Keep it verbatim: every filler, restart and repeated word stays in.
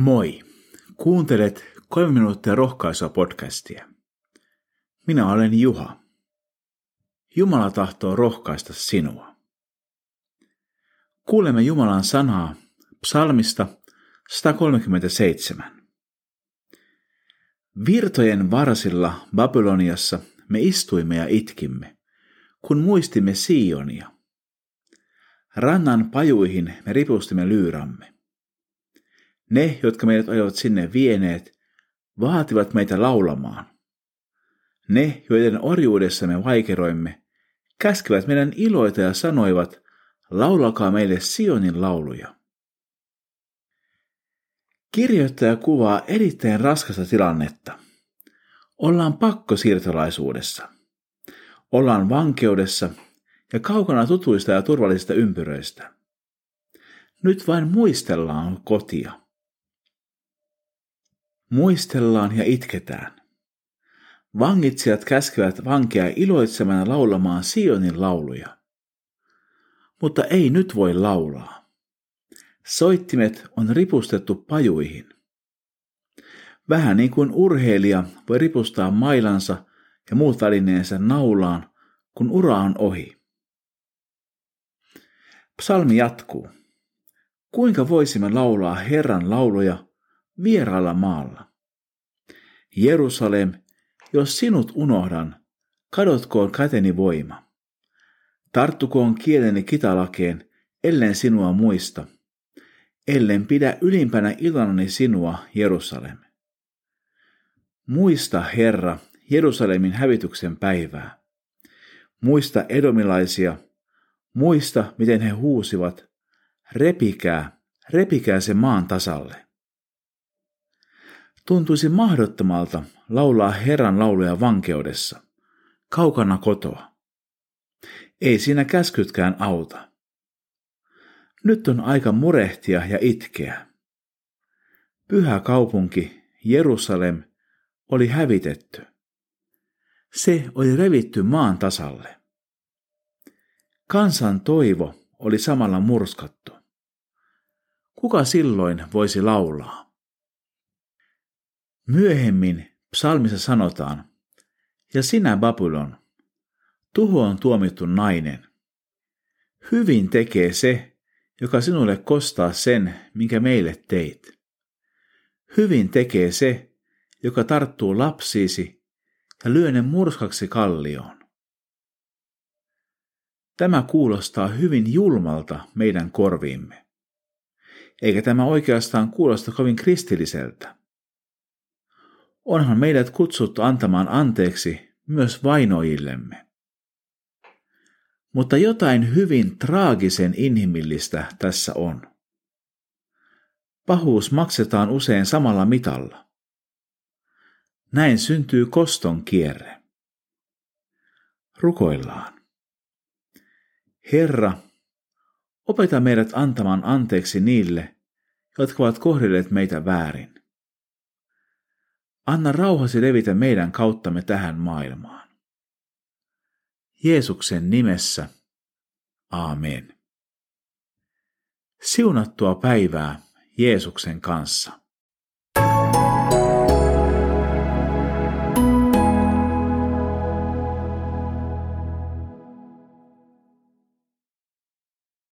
Moi! Kuuntelet kolme minuuttia rohkaisua podcastia. Minä olen Juha. Jumala tahtoo rohkaista sinua. Kuulemme Jumalan sanaa psalmista sata kolmekymmentäseitsemän. Virtojen varsilla Babyloniassa me istuimme ja itkimme, kun muistimme Sionia. Rannan pajuihin me ripustimme lyyramme. Ne, jotka meidät olivat sinne vieneet, vaativat meitä laulamaan. Ne, joiden orjuudessa me vaikeroimme, käskevät meidän iloita ja sanoivat, laulakaa meille Sionin lauluja. Kirjoittaja kuvaa erittäin raskasta tilannetta. Ollaan pakkosiirtolaisuudessa. Ollaan vankeudessa ja kaukana tutuista ja turvallisista ympyröistä. Nyt vain muistellaan kotia. Muistellaan ja itketään. Vangitsijat käskevät vankeja iloitsemana laulamaan Sionin lauluja. Mutta ei nyt voi laulaa. Soittimet on ripustettu pajuihin. Vähän niin kuin urheilija voi ripustaa mailansa ja muut välineensä naulaan, kun ura on ohi. Psalmi jatkuu. Kuinka voisimme laulaa Herran lauluja vieraalla maalla? Jerusalem, jos sinut unohdan, kadotkoon käteni voima. Tarttukoon kieleni kitalakeen, ellen sinua muista, ellen pidä ylimpänä ilonani sinua, Jerusalem. Muista, Herra, Jerusalemin hävityksen päivää. Muista edomilaisia, muista, miten he huusivat, repikää, repikää se maan tasalle. Tuntuisi mahdottomalta laulaa Herran lauluja vankeudessa, kaukana kotoa. Ei siinä käskytkään auta. Nyt on aika murehtia ja itkeä. Pyhä kaupunki, Jerusalem, oli hävitetty. Se oli revitty maan tasalle. Kansan toivo oli samalla murskattu. Kuka silloin voisi laulaa? Myöhemmin psalmissa sanotaan, ja sinä Babylon, tuhoon tuomittu nainen. Hyvin tekee se, joka sinulle kostaa sen, minkä meille teit. Hyvin tekee se, joka tarttuu lapsiisi ja lyö ne murskaksi kallioon. Tämä kuulostaa hyvin julmalta meidän korviimme. Eikä tämä oikeastaan kuulosta kovin kristilliseltä. Onhan meidät kutsuttu antamaan anteeksi myös vainoijillemme. Mutta jotain hyvin traagisen inhimillistä tässä on. Pahuus maksetaan usein samalla mitalla. Näin syntyy koston kierre. Rukoillaan. Herra, opeta meidät antamaan anteeksi niille, jotka ovat kohdelleet meitä väärin. Anna rauhasi levitä meidän kauttamme tähän maailmaan. Jeesuksen nimessä. Aamen. Siunattua päivää Jeesuksen kanssa.